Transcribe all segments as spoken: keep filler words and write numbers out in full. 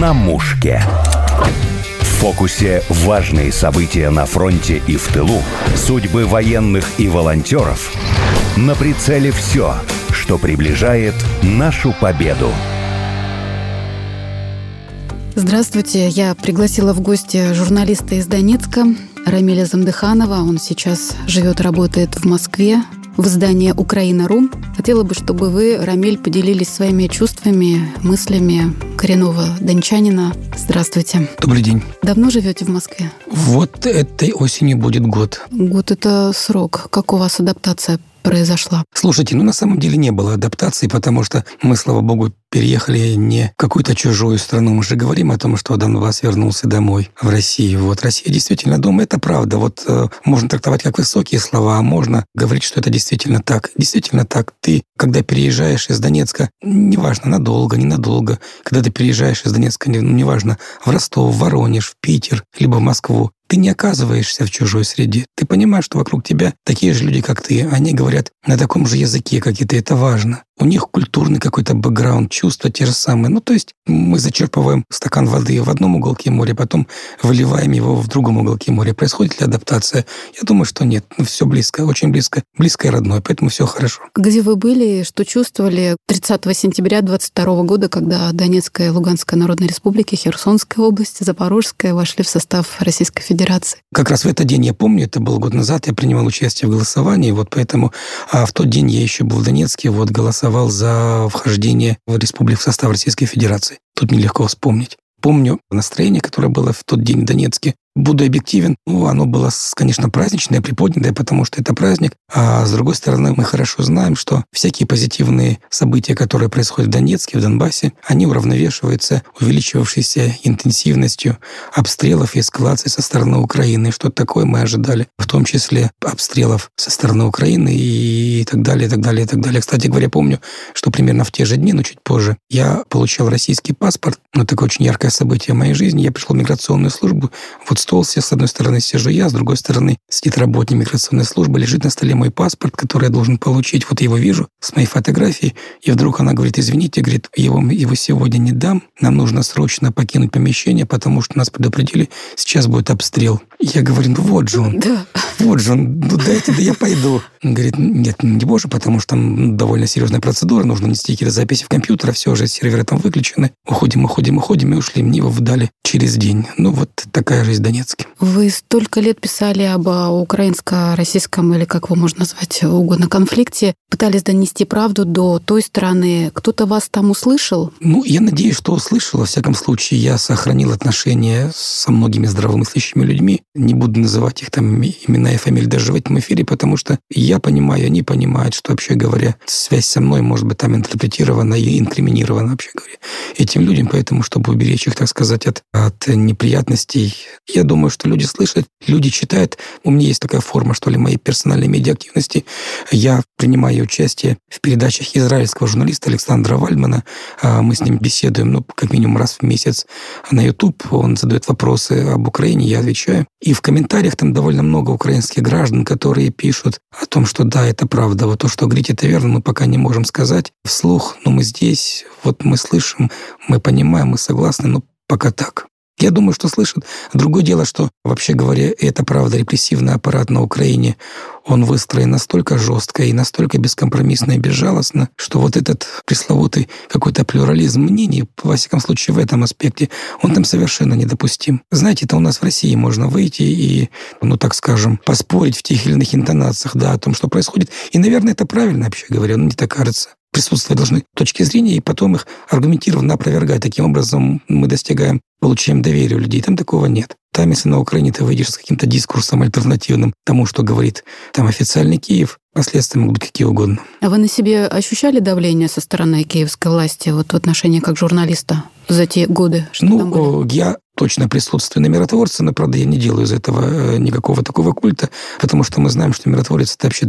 на мушке. В фокусе важные события на фронте и в тылу, судьбы военных и волонтеров. На прицеле все, что приближает нашу победу. Здравствуйте, я пригласила в гости журналиста из Донецка Рамиля Замдыханова. Он сейчас живет, работает в Москве, в издании «Украина.ру». Хотела бы, чтобы вы, Рамиль, поделились своими чувствами, мыслями коренного дончанина. Здравствуйте. Добрый день. Давно живете в Москве? Вот этой осенью будет год. Год – это срок. Как у вас адаптация произошла? Слушайте, ну на самом деле не было адаптации, потому что мы, слава богу, переехали не в какую-то чужую страну. Мы же говорим о том, что Донбасс вернулся домой, в Россию. Вот Россия действительно дом, это правда. Вот э, можно трактовать как высокие слова, а можно говорить, что это действительно так. Действительно так. Ты, когда переезжаешь из Донецка, неважно, надолго, ненадолго, когда ты переезжаешь из Донецка, ну, неважно, в Ростов, в Воронеж, в Питер, либо в Москву, ты не оказываешься в чужой среде. Ты понимаешь, что вокруг тебя такие же люди, как ты. Они говорят на таком же языке, как и ты. Это важно. У них культурный какой-то бэкграунд, чувства те же самые. Ну, то есть мы зачерпываем стакан воды в одном уголке моря, потом выливаем его в другом уголке моря. Происходит ли адаптация? Я думаю, что нет. Ну, все близко, очень близко. Близко и родное, поэтому все хорошо. Где вы были, что чувствовали тридцатого сентября двадцать второго года, когда Донецкая и Луганская народные республики, Херсонская область, Запорожская вошли в состав Российской Федерации? Как раз в этот день, я помню, это был год назад, я принимал участие в голосовании, вот поэтому а в тот день я еще был в Донецке, вот голосовал за вхождение в республику в состав Российской Федерации. Тут нелегко вспомнить. Помню настроение, которое было в тот день в Донецке. Буду объективен, ну, оно было, конечно, праздничное, приподнятое, потому что это праздник. А с другой стороны, мы хорошо знаем, что всякие позитивные события, которые происходят в Донецке, в Донбассе, они уравновешиваются увеличивавшейся интенсивностью обстрелов и эскалации со стороны Украины. Что-то такое мы ожидали, в том числе обстрелов со стороны Украины и так далее, и так далее, и так далее. Кстати говоря, помню, что примерно в те же дни, но чуть позже, я получал российский паспорт. Ну, такое очень яркое событие в моей жизни. Я пришел в миграционную службу. Вот стол, с одной стороны сижу я, с другой стороны сидит работник миграционной службы, лежит на столе мой паспорт, который я должен получить. Вот я его вижу с моей фотографией, и вдруг она говорит: извините, говорит, я вам его сегодня не дам, нам нужно срочно покинуть помещение, потому что нас предупредили, сейчас будет обстрел. Я говорю: ну вот же он, да. вот же он, ну дайте, да я пойду. Он говорит: нет, не боже, потому что там довольно серьезная процедура, нужно нести какие-то записи в компьютер, все уже, серверы там выключены. Уходим, уходим, уходим, и ушли. Мне его выдали через день. Ну вот такая жизнь в Донецке. Вы столько лет писали об украинско-российском, или как его можно назвать угодно, конфликте, пытались донести правду до той стороны. Кто-то вас там услышал? Ну, я надеюсь, что услышал. Во всяком случае, я сохранил отношения со многими здравомыслящими людьми. Не буду называть их там имена и фамилии даже в этом эфире, потому что я понимаю, они понимают, что, вообще говоря, связь со мной может быть там интерпретирована и инкриминирована, вообще говоря, этим людям. Поэтому, чтобы уберечь их, так сказать, от, от неприятностей, я думаю, что люди слышат, люди читают. У меня есть такая форма, что ли, моей персональной медиа-активности. Я принимаю участие в передачах израильского журналиста Александра Вальдмана. Мы с ним беседуем, ну, как минимум раз в месяц на YouTube. Он задает вопросы об Украине, я отвечаю. И в комментариях там довольно много украинских граждан, которые пишут о том, что да, это правда. Вот то, что говорите, это верно, мы пока не можем сказать вслух, но мы здесь, вот мы слышим, мы понимаем, мы согласны, но пока так. Я думаю, что слышат. Другое дело, что, вообще говоря, это правда, репрессивный аппарат на Украине, он выстроен настолько жестко и настолько бескомпромиссно и безжалостно, что вот этот пресловутый какой-то плюрализм мнений, во всяком случае в этом аспекте, он там совершенно недопустим. Знаете, это у нас в России можно выйти и, ну так скажем, поспорить в тех или иных интонациях, да, о том, что происходит. И, наверное, это правильно, вообще говоря, но мне так кажется. Присутствовать должны точки зрения, и потом их аргументированно опровергать. Таким образом мы достигаем, получаем доверие у людей. Там такого нет. Там, если на Украине ты выйдешь с каким-то дискурсом альтернативным тому, что говорит там официальный Киев, последствия могут быть какие угодно. А вы на себе ощущали давление со стороны киевской власти вот в отношении как журналиста за те годы, что ну, там были? Я точно присутствую на миротворце, но, правда, я не делаю из этого никакого такого культа, потому что мы знаем, что миротворец — это вообще такая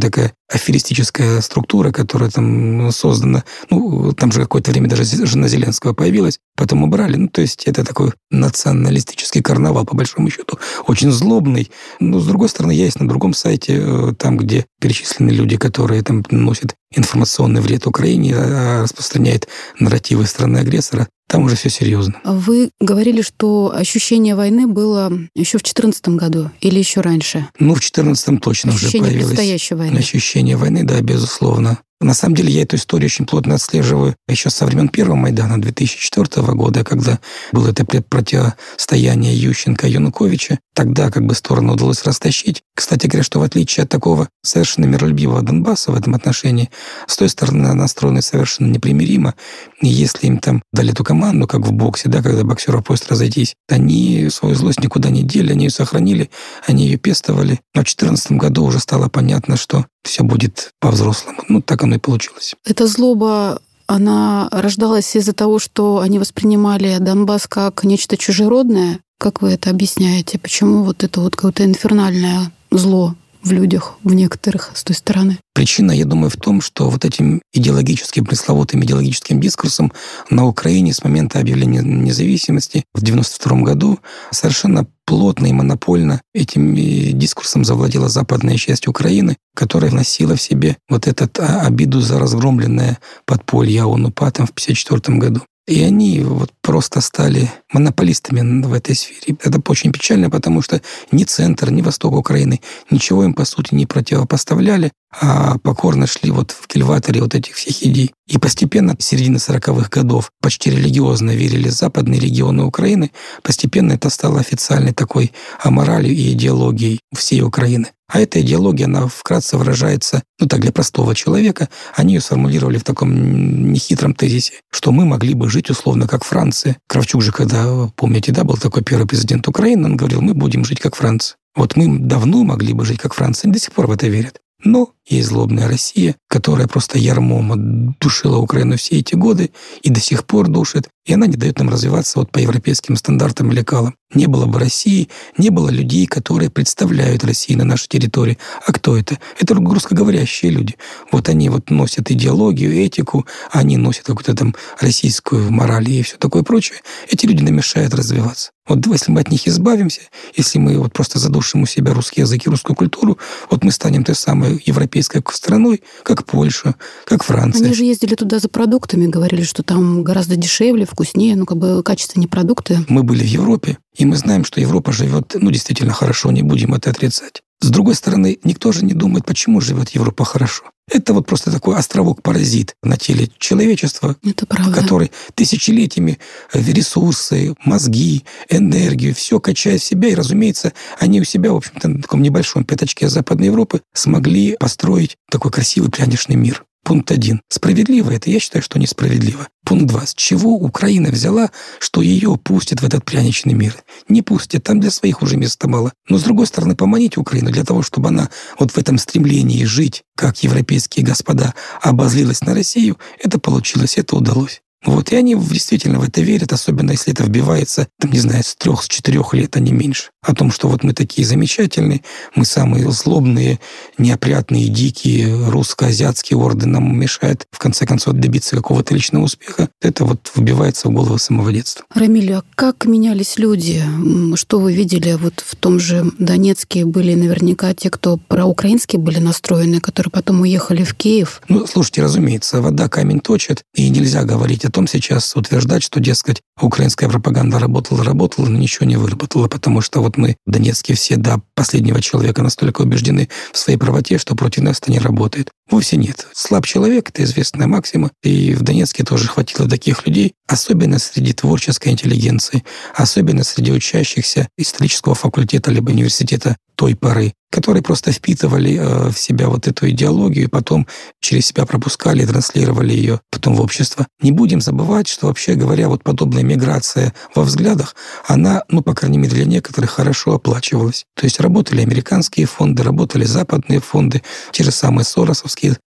аферистическая структура, которая там создана. Ну, там же какое-то время даже жена Зеленского появилась, потом убрали. Ну, то есть это такой националистический карнавал, по большому счету, очень злобный. Но, с другой стороны, я есть на другом сайте, там, где перечислены люди, которые там носят информационный вред Украине, распространяют нарративы страны-агрессора. Там уже все серьезно. Вы говорили, что ощущение войны было еще в две тысячи четырнадцатом году или еще раньше? Ну, в две тысячи четырнадцатом точно ощущение уже появилось. Предстоящей войны. Ощущение войны, да, безусловно. На самом деле я эту историю очень плотно отслеживаю еще со времен первого Майдана две тысячи четвёртого года, когда было это противостояние Ющенко и Януковича. Тогда как бы сторону удалось растащить. Кстати говоря, что в отличие от такого совершенно миролюбивого Донбасса в этом отношении, с той стороны настроены совершенно непримиримо. И если им там дали эту команду, как в боксе, да, когда боксеров просят разойтись, они свою злость никуда не дели, они ее сохранили, они ее пестовали. Но в две тысячи четырнадцатом году уже стало понятно, что все будет по-взрослому. Ну, так оно и получилось. Эта злоба, она рождалась из-за того, что они воспринимали Донбасс как нечто чужеродное. Как вы это объясняете? Почему вот это вот какое-то инфернальное зло в людях, в некоторых, с той стороны? Причина, я думаю, в том, что вот этим идеологическим, пресловутым идеологическим дискурсом на Украине с момента объявления независимости в девяносто втором году совершенно плотно и монопольно этим дискурсом завладела западная часть Украины, которая вносила в себе вот этот обиду за разгромленное подполье ОУН-УПА там в пятьдесят четвёртом году. И они вот просто стали монополистами в этой сфере. Это очень печально, потому что ни центр, ни восток Украины ничего им, по сути, не противопоставляли, а покорно шли вот в кильваторе вот этих всех идей. И постепенно, с середины сороковых годов, почти религиозно верили западные регионы Украины, постепенно это стало официальной такой аморалью и идеологией всей Украины. А эта идеология, она вкратце выражается, ну так, для простого человека, они ее сформулировали в таком нехитром тезисе, что мы могли бы жить условно как Франция. Кравчук же, когда, помните, да, был такой первый президент Украины, он говорил, мы будем жить как Франция. Вот мы давно могли бы жить как Франция, они до сих пор в это верят. Но есть злобная Россия, которая просто ярмом душила Украину все эти годы и до сих пор душит, и она не дает нам развиваться вот по европейским стандартам и лекалам. Не было бы России, не было людей, которые представляют Россию на нашей территории. А кто это? Это русскоговорящие люди. Вот они вот носят идеологию, этику, они носят какую-то там российскую мораль и все такое прочее. Эти люди нам мешают развиваться. Вот если мы от них избавимся, если мы вот просто задушим у себя русский язык и русскую культуру, вот мы станем той самой европейской страной, как Польша, как Франция. Они же ездили туда за продуктами, говорили, что там гораздо дешевле, вкуснее, ну как бы качественнее продукты. Мы были в Европе, и мы знаем, что Европа живет, ну, действительно хорошо, не будем это отрицать. С другой стороны, никто же не думает, почему живет Европа хорошо. Это вот просто такой островок-паразит на теле человечества, который тысячелетиями ресурсы, мозги, энергию, все качает в себя. И, разумеется, они у себя, в общем-то, на таком небольшом пятачке Западной Европы смогли построить такой красивый пряничный мир. Пункт один. Справедливо это? Я считаю, что несправедливо. Пункт два. С чего Украина взяла, что ее пустят в этот пряничный мир? Не пустят, там для своих уже места мало. Но, с другой стороны, поманить Украину для того, чтобы она вот в этом стремлении жить, как европейские господа, обозлилась на Россию, это получилось, это удалось. Вот, и они действительно в это верят, особенно если это вбивается, там, не знаю, с трех, с четырех лет, а не меньше. О том, что вот мы такие замечательные, мы самые злобные, неопрятные, дикие, русско-азиатские орды нам мешают, в конце концов, добиться какого-то личного успеха. Это вот вбивается в голову с самого детства. Рамиль, а как менялись люди? Что вы видели? Вот в том же Донецке были наверняка те, кто проукраинские были настроены, которые потом уехали в Киев. Ну, слушайте, разумеется, вода камень точит, и нельзя говорить о том сейчас, утверждать, что, дескать, украинская пропаганда работала, работала, но ничего не выработала, потому что вот мы в Донецке все до последнего человека настолько убеждены в своей правоте, что против нас это не работает. Вовсе нет. Слаб человек — это известная максима, и в Донецке тоже хватило таких людей, особенно среди творческой интеллигенции, особенно среди учащихся исторического факультета либо университета той поры, которые просто впитывали э, в себя вот эту идеологию и потом через себя пропускали и транслировали ее потом в общество. Не будем забывать, что, вообще говоря, вот подобная миграция во взглядах, она, ну, по крайней мере, для некоторых хорошо оплачивалась. То есть работали американские фонды, работали западные фонды, те же самые соросовские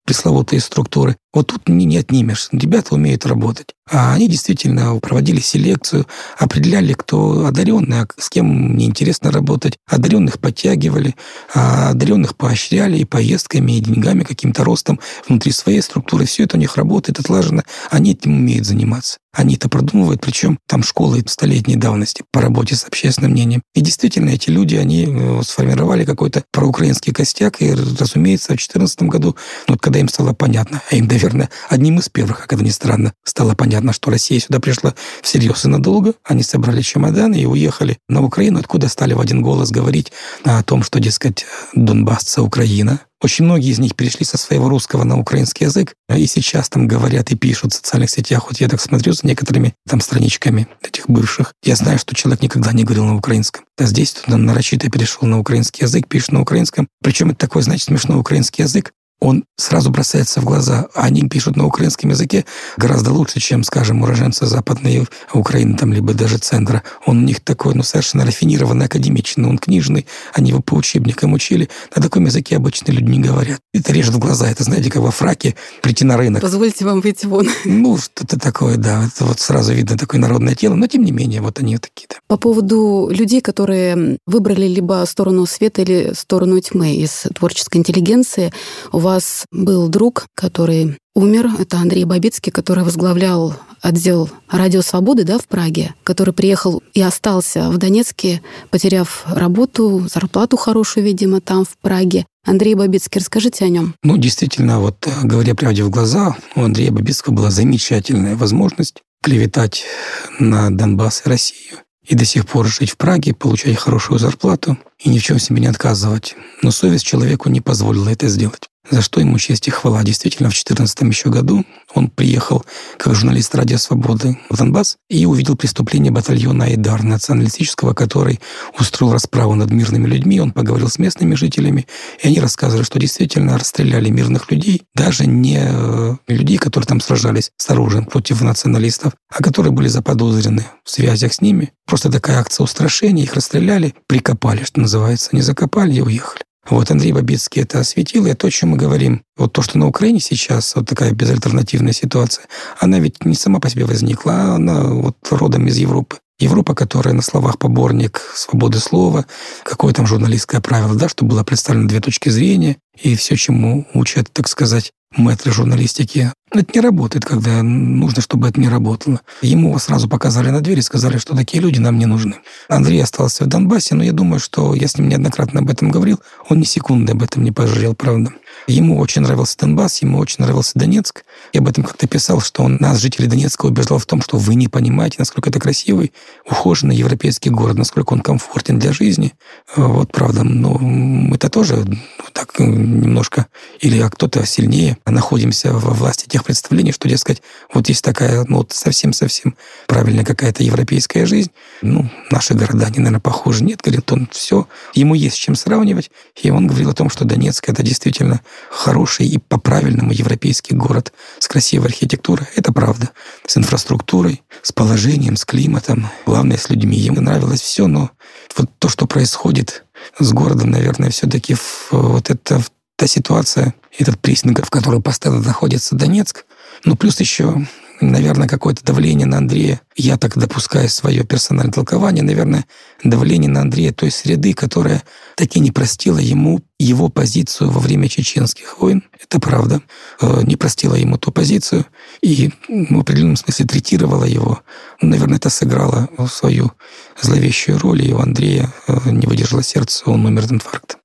пресловутые структуры. Вот тут не, не отнимешь. Ребята умеют работать. А они действительно проводили селекцию, определяли, кто одаренный, а с кем неинтересно работать. Одаренных подтягивали, а одаренных поощряли и поездками, и деньгами, каким-то ростом внутри своей структуры. Все это у них работает, отлажено. Они этим умеют заниматься. Они это продумывают, причем там школы столетней давности по работе с общественным мнением. И действительно, эти люди, они сформировали какой-то проукраинский костяк, и, разумеется, в две тысячи четырнадцатом году, вот когда им стало понятно, а им, наверное, одним из первых, как это ни странно, стало понятно, что Россия сюда пришла всерьез и надолго, они собрали чемоданы и уехали на Украину, откуда стали в один голос говорить о том, что, дескать, Донбасс — Украина. Очень многие из них перешли со своего русского на украинский язык, и сейчас там говорят и пишут в социальных сетях. Вот я так смотрю за некоторыми там страничками этих бывших. Я знаю, что человек никогда не говорил на украинском. А здесь он нарочито перешел на украинский язык, пишет на украинском. Причем это такой, значит, смешной украинский язык. Он сразу бросается в глаза. Они пишут на украинском языке гораздо лучше, чем, скажем, уроженцы Западной Украины, там, либо даже центра. Он у них такой, ну, совершенно рафинированный, академичный, он книжный. Они его по учебникам учили. На таком языке обычно люди не говорят. Это режет в глаза. Это, знаете, как во фраке прийти на рынок. Позвольте вам выйти вон. Ну, что-то такое, да. Это вот сразу видно такое народное тело. Но, тем не менее, вот они вот такие-то. По поводу людей, которые выбрали либо сторону света или сторону тьмы из творческой интеллигенции, у вас был друг, который умер. Это Андрей Бабицкий, который возглавлял отдел «Радио Свободы», да, в Праге, который приехал и остался в Донецке, потеряв работу, зарплату хорошую, видимо, там, в Праге. Андрей Бабицкий, расскажите о нем. Ну, действительно, вот говоря правде в глаза, у Андрея Бабицкого была замечательная возможность клеветать на Донбасс и Россию. И до сих пор жить в Праге, получать хорошую зарплату и ни в чем себе не отказывать. Но совесть человеку не позволила это сделать. За что ему честь и хвала. Действительно, в две тысячи четырнадцатом еще году он приехал как журналист «Радио Свободы» в Донбасс и увидел преступление батальона «Айдар» националистического, который устроил расправу над мирными людьми. Он поговорил с местными жителями, и они рассказывали, что действительно расстреляли мирных людей, даже не людей, которые там сражались с оружием против националистов, а которые были заподозрены в связях с ними. Просто такая акция устрашения, их расстреляли, прикопали, что называется. Они закопали и уехали. Вот Андрей Бабицкий это осветил, и то, о чем мы говорим. Вот то, что на Украине сейчас, вот такая безальтернативная ситуация, она ведь не сама по себе возникла, она вот родом из Европы. Европа, которая на словах поборник свободы слова, какое там журналистское правило, да, что было представлено две точки зрения, и все, чему учат, так сказать, мэтры журналистики. Это не работает, когда нужно, чтобы это не работало. Ему сразу показали на дверь и сказали, что такие люди нам не нужны. Андрей остался в Донбассе, но я думаю, что я с ним неоднократно об этом говорил, он ни секунды об этом не пожалел, правда. Ему очень нравился Донбасс, ему очень нравился Донецк. Я об этом как-то писал, что он нас, жителей Донецка, убеждал в том, что вы не понимаете, насколько это красивый, ухоженный европейский город, насколько он комфортен для жизни. Вот, правда, но мы-то тоже так немножко, или а кто-то сильнее, находимся во власти тех представлений, что, дескать, вот есть такая, ну, вот совсем-совсем правильная какая-то европейская жизнь. Ну, наши города, они, наверное, похожи. Нет, говорит он, все. Ему есть с чем сравнивать. И он говорил о том, что Донецк — это действительно хороший и по-правильному европейский город с красивой архитектурой. Это правда. С инфраструктурой, с положением, с климатом. Главное, с людьми. Ему нравилось все, но вот то, что происходит с городом, наверное, все-таки вот это та ситуация, этот прессинг, в котором постоянно находится Донецк. Ну, плюс еще, наверное, какое-то давление на Андрея. Я так допускаю свое персональное толкование. Наверное, давление на Андрея той среды, которая таки не простила ему его позицию во время чеченских войн. Это правда. Не простила ему ту позицию и в определенном смысле третировала его. Наверное, это сыграло свою зловещую роль, и у Андрея не выдержало сердце, он умер от инфаркта.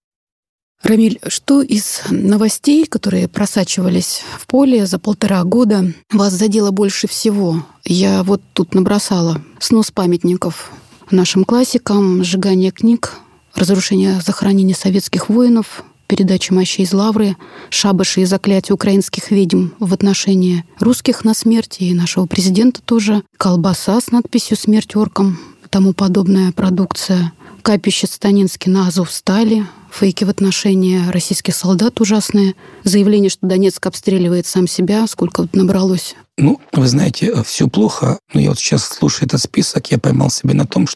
Рамиль, что из новостей, которые просачивались в поле за полтора года, вас задело больше всего? Я вот тут набросала снос памятников нашим классикам, сжигание книг, разрушение захоронений советских воинов, передача мощей из Лавры, шабаши и заклятия украинских ведьм в отношении русских на смерть и нашего президента тоже, колбаса с надписью «Смерть оркам», тому подобная продукция, капище Станинский на Азовстали, фейки в отношении российских солдат ужасные, заявление, что Донецк обстреливает сам себя, сколько вот набралось. Ну, вы знаете, все плохо, но я вот сейчас, слушая этот список, я поймал себя на том, что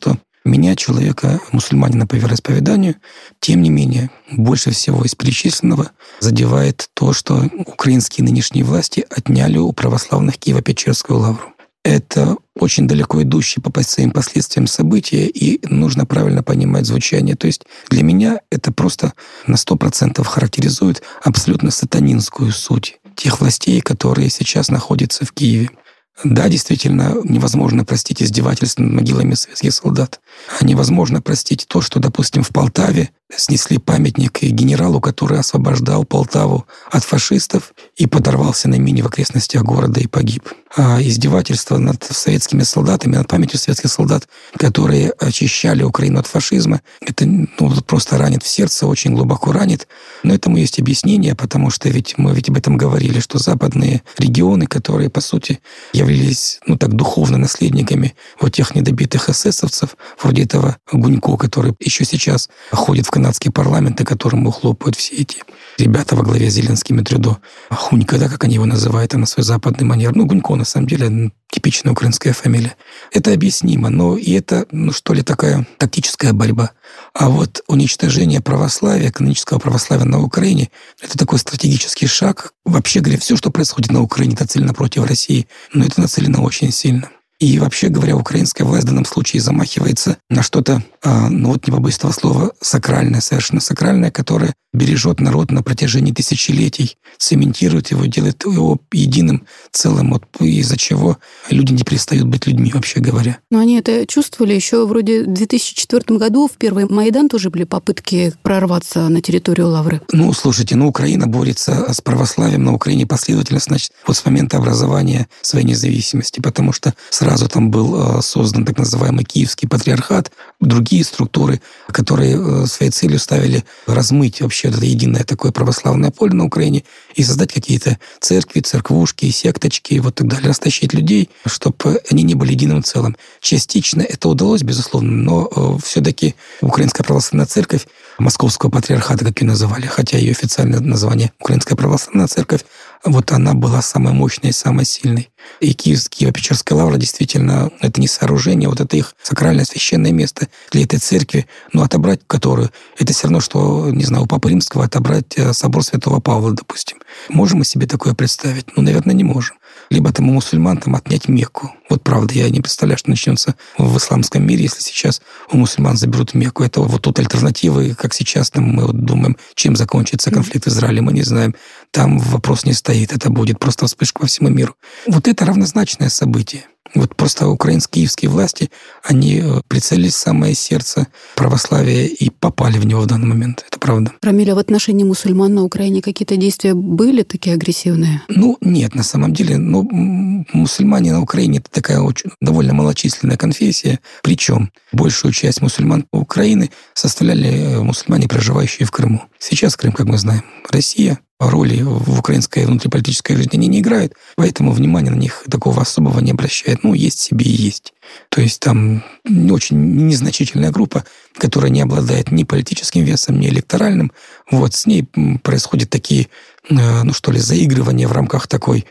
Меня, человека, мусульманина по вероисповеданию, тем не менее, больше всего из перечисленного задевает то, что украинские нынешние власти отняли у православных Киево-Печерскую лавру. Это очень далеко идущие по своим последствиям события, и нужно правильно понимать звучание. То есть для меня это просто на сто процентов характеризует абсолютно сатанинскую суть тех властей, которые сейчас находятся в Киеве. Да, действительно, невозможно простить издевательство над могилами советских солдат. А невозможно простить то, что, допустим, в Полтаве снесли памятник генералу, который освобождал Полтаву от фашистов и подорвался на мине в окрестностях города и погиб. А издевательство над советскими солдатами, над памятью советских солдат, которые очищали Украину от фашизма, это ну, просто ранит в сердце, очень глубоко ранит. Но этому есть объяснение, потому что ведь мы ведь об этом говорили, что западные регионы, которые, по сути, являлись, ну так, духовно наследниками вот тех недобитых эсэсовцев, вроде этого Гунько, который еще сейчас ходит в канадский парламент, и которому хлопают все эти ребята во главе с Зеленским и Трюдо. Хунька, да, как они его называют, а на свой западный манер. Ну, Гунько, на самом деле, типичная украинская фамилия. Это объяснимо, но и это, ну, что ли, такая тактическая борьба. А вот уничтожение православия, канонического православия на Украине, это такой стратегический шаг. Вообще говоря, все, что происходит на Украине, нацелено против России, но это нацелено очень сильно. И вообще говоря, украинская власть в данном случае замахивается на что-то, ну вот не побоюсь этого слова, сакральное, совершенно сакральное, которое бережет народ на протяжении тысячелетий, цементирует его, делает его единым целым, вот из-за чего люди не перестают быть людьми, вообще говоря. Но они это чувствовали еще вроде в две тысячи четвёртом году, в первый Майдан тоже были попытки прорваться на территорию Лавры. Ну, слушайте, ну, Украина борется с православием на Украине последовательно, значит, вот с момента образования своей независимости, потому что сразу там был создан так называемый Киевский патриархат, другие структуры, которые своей целью ставили размыть вообще это единое такое православное поле на Украине и создать какие-то церкви, церквушки, секточки, вот так далее, растащить людей, чтобы они не были единым целым. Частично это удалось, безусловно, но все-таки Украинская православная церковь Московского патриархата, как ее называли, хотя ее официальное название Украинская православная церковь, вот она была самой мощной и самой сильной. И Киево-Печерская лавра действительно это не сооружение, вот это их сакральное священное место для этой церкви, но отобрать которую, это все равно, что, не знаю, у Папы Римского отобрать собор Святого Павла, допустим. Можем мы себе такое представить? Ну, наверное, не можем. Либо там у мусульман там отнять Мекку. Вот правда, я не представляю, что начнется в исламском мире, если сейчас у мусульман заберут Мекку. Это вот тут альтернативы, как сейчас там мы вот думаем, чем закончится конфликт в Израиле, мы не знаем. Там вопрос не стоит, это будет просто вспышка по всему миру. Вот это равнозначное событие. Вот просто украинские киевские власти, они прицелились в самое сердце православия и попали в него в данный момент. Это правда. Рамиль, а в отношении мусульман на Украине какие-то действия были такие агрессивные? Ну, нет, на самом деле. Ну, мусульмане на Украине — это такая очень довольно малочисленная конфессия. Причем большую часть мусульман Украины составляли мусульмане, проживающие в Крыму. Сейчас Крым, как мы знаем, Россия. Роли в украинской внутриполитической жизни они не играют, поэтому внимания на них такого особого не обращают. Ну, есть себе и есть. То есть там очень незначительная группа, которая не обладает ни политическим весом, ни электоральным. Вот с ней происходят такие, ну что ли, заигрывания в рамках такой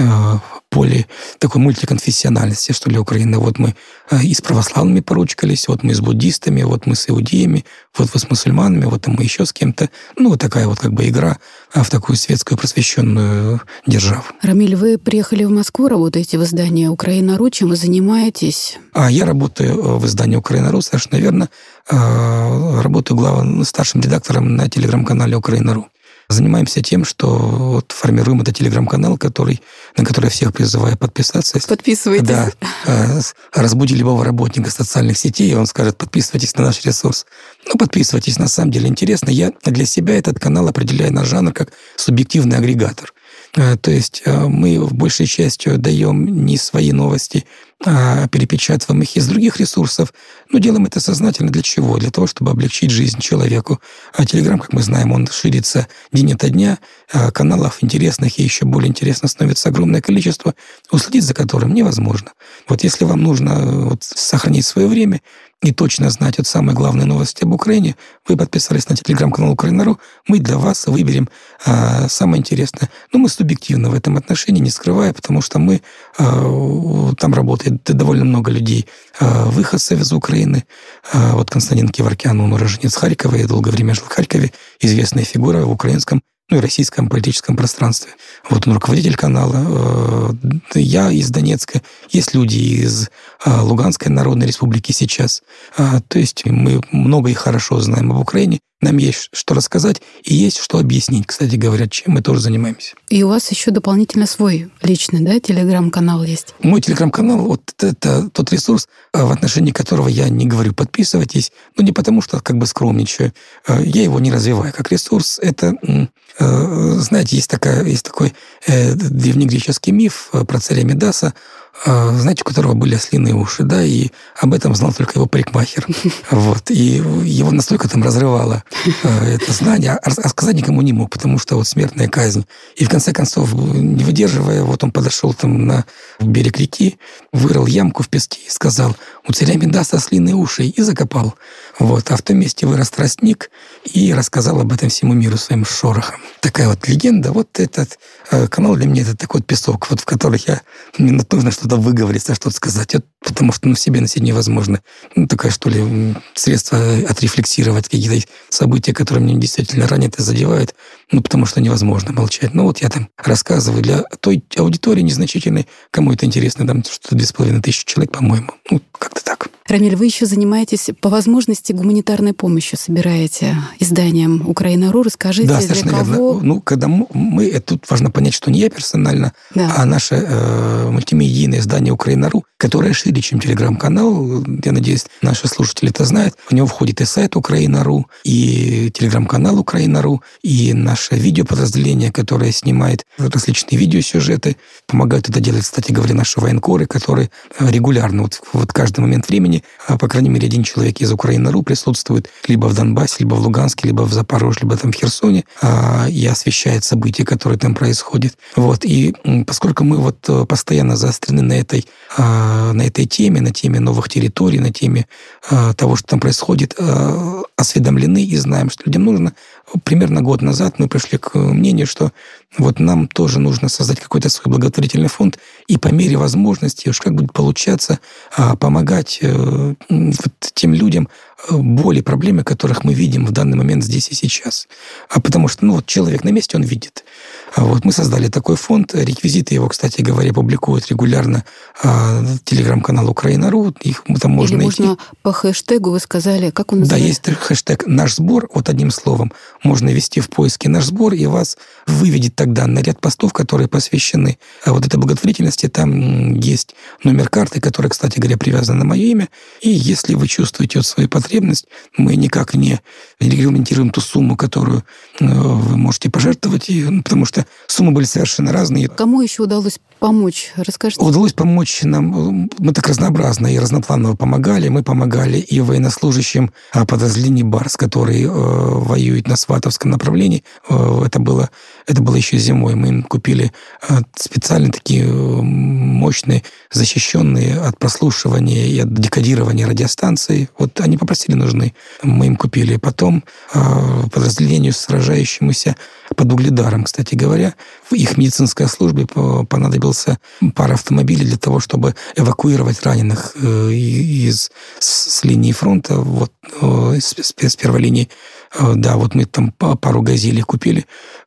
поле, такой мультиконфессиональности, что ли, Украины. Вот мы и с православными поручкались, вот мы и с буддистами, вот мы с иудеями, вот вы с мусульманами, вот мы еще с кем-то. Ну, вот такая вот как бы игра в такую светскую просвещенную державу. Рамиль, вы приехали в Москву, работаете в издании «Украина.ру». Чем вы занимаетесь? А я работаю в издании «Украина.ру», совершенно верно. Работаю главным старшим редактором на телеграм-канале «Украина.ру». Занимаемся тем, что вот формируем этот телеграм-канал, который, на который я всех призываю подписаться. Подписывайтесь. Да. Разбуди любого работника социальных сетей, и он скажет: подписывайтесь на наш ресурс. Ну, подписывайтесь, на самом деле интересно. Я для себя этот канал определяю на жанр как субъективный агрегатор. То есть мы в большей частью даем не свои новости, а перепечатываем их из других ресурсов. Но делаем это сознательно для чего? Для того, чтобы облегчить жизнь человеку. А Телеграм, как мы знаем, он ширится день ото дня. Каналов интересных и еще более интересно становится огромное количество, уследить за которым невозможно. Вот если вам нужно вот сохранить свое время и точно знать вот самые главные новости об Украине, вы подписались на телеграм-канал «Украина.ру», мы для вас выберем а, самое интересное. Но мы субъективно в этом отношении, не скрывая, потому что мы а, там работает довольно много людей, выходцев из Украины. Вот Константин Кеворкян, он уроженец Харькова и долгое время жил в Харькове, известная фигура в украинском, ну и российском политическом пространстве. Вот он руководитель канала. Я из Донецка. Есть люди из Луганской Народной Республики сейчас. То есть мы много и хорошо знаем об Украине. Нам есть что рассказать и есть что объяснить, кстати говоря, чем мы тоже занимаемся. И у вас еще дополнительно свой личный, да, телеграм-канал есть? Мой телеграм-канал, вот это тот ресурс, в отношении которого я не говорю «подписывайтесь», ну не потому что как бы скромничаю, я его не развиваю как ресурс. Это, знаете, есть, такая, есть такой древнегреческий миф про царя Мидаса, знаете, у которого были ослиные уши, да, и об этом знал только его парикмахер. Вот. И его настолько там разрывало это знание, а сказать никому не мог, потому что вот смертная казнь. И в конце концов, не выдерживая, вот он подошел там на берег реки, вырыл ямку в песке и сказал: у царя Мидаса ослиные уши, и закопал. Вот. А в том месте вырос тростник и рассказал об этом всему миру своим шорохом. Такая вот легенда. Вот этот канал для меня — это такой вот песок, вот в который я, мне нужно что-то выговориться, что-то сказать, вот, потому что ну, себе носить невозможно. Ну, такое, что ли, средство отрефлексировать какие-то события, которые меня действительно ранят и задевают, ну, потому что невозможно молчать. Ну, вот я там рассказываю для той аудитории незначительной, кому это интересно, там что-то две с половиной тысячи человек, по-моему. Ну, как-то так. Рамиль, вы еще занимаетесь по возможности гуманитарной помощью, собираете изданием «Украина.ру». Расскажите, да, для совершенно кого... верно. Ну, когда мы, тут важно понять, что не я персонально, да. а наше э, мультимедийное издание «Украина.ру», которое шире, чем телеграм-канал. Я надеюсь, наши слушатели это знают. В него входит и сайт «Украина.ру», и телеграм-канал «Украина.ру», и наше видеоподразделение, которое снимает различные видеосюжеты. Помогают это делать, кстати говоря, наши военкоры, которые регулярно, вот, вот каждый момент времени, по крайней мере, один человек из «Украина.ру» присутствует либо в Донбассе, либо в Луганске, либо в Запорожье, либо там в Херсоне, и освещает события, которые там происходят. Вот. И поскольку мы вот постоянно заострены на этой, на этой теме, на теме новых территорий, на теме того, что там происходит, осведомлены и знаем, что людям нужно, примерно год назад мы пришли к мнению, что вот нам тоже нужно создать какой-то свой благотворительный фонд и по мере возможности, уж как будет получаться, помогать вот тем людям, боли, проблемы, которых мы видим в данный момент здесь и сейчас. А потому что ну, вот человек на месте, он видит. Вот мы создали такой фонд. Реквизиты его, кстати говоря, публикуют регулярно а, телеграм-канал «Украина.ру». Их там можно Или найти. можно по хэштегу, вы сказали, как он называется? Да, есть хэштег «Наш сбор». Вот одним словом можно ввести в поиске «Наш сбор», и вас выведет тогда на ряд постов, которые посвящены а вот этой благотворительности. Там есть номер карты, которая, кстати говоря, привязана на мое имя. И если вы чувствуете вот свою потребность, мы никак не регламентируем ту сумму, которую вы можете пожертвовать, потому что суммы были совершенно разные. Кому еще удалось помочь? Расскажите. Удалось помочь нам. Мы так разнообразно и разнопланово помогали. Мы помогали и военнослужащим подразделений «Барс», которые э, воюют на Сватовском направлении. Э, это, было, это было еще зимой. Мы им купили э, специально такие мощные, защищенные от прослушивания и от декодирования радиостанции. Вот они попросили, нужны. Мы им купили. Потом э, подразделению, сражающемуся под Угледаром, кстати говоря, в их медицинской службе понадобился пара автомобилей для того, чтобы эвакуировать раненых из, с линии фронта, вот, с, с первой линии. Да, вот мы там пару «Газелей» купили.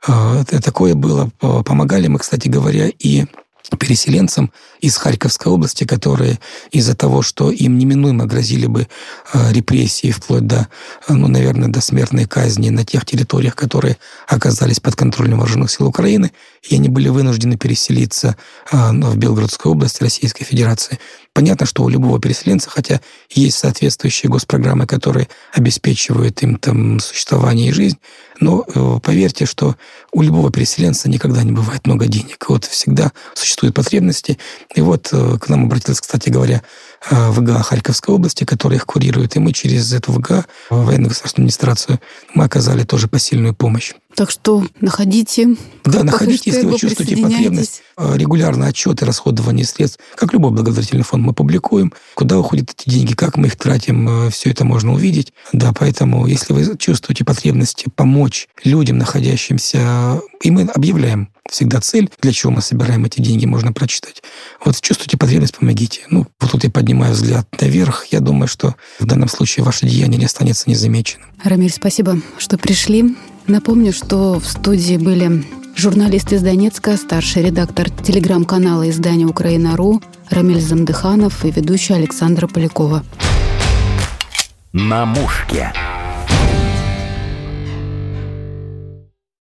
Такое было. Помогали мы, кстати говоря, и переселенцам из Харьковской области, которые из-за того, что им неминуемо грозили бы репрессии вплоть до, ну, наверное, до смертной казни на тех территориях, которые оказались под контролем вооруженных сил Украины, и они были вынуждены переселиться в Белгородскую область Российской Федерации. Понятно, что у любого переселенца, хотя есть соответствующие госпрограммы, которые обеспечивают им там существование и жизнь, но поверьте, что у любого переселенца никогда не бывает много денег. Вот всегда существуют потребности. И вот к нам обратилась, кстати говоря, ВГА Харьковской области, которая их курирует, и мы через эту ВГА, военно-государственную администрацию, мы оказали тоже посильную помощь. Так что находите. Да, находите, если вы чувствуете потребность, регулярно отчеты расходования средств, как любой благотворительный фонд мы публикуем, куда уходят эти деньги, как мы их тратим, все это можно увидеть. Да, поэтому, если вы чувствуете потребность помочь людям, находящимся, и мы объявляем всегда цель, для чего мы собираем эти деньги, можно прочитать. Вот чувствуете потребность, помогите. Ну, вот тут я поднимаю взгляд наверх. Я думаю, что в данном случае ваше деяние не останется незамеченным. Рамиль, спасибо, что пришли. Напомню, что в студии были журналист из Донецка, старший редактор телеграм-канала издания «Украина.ру» Рамиль Замдыханов и ведущая Александра Полякова. На мушке.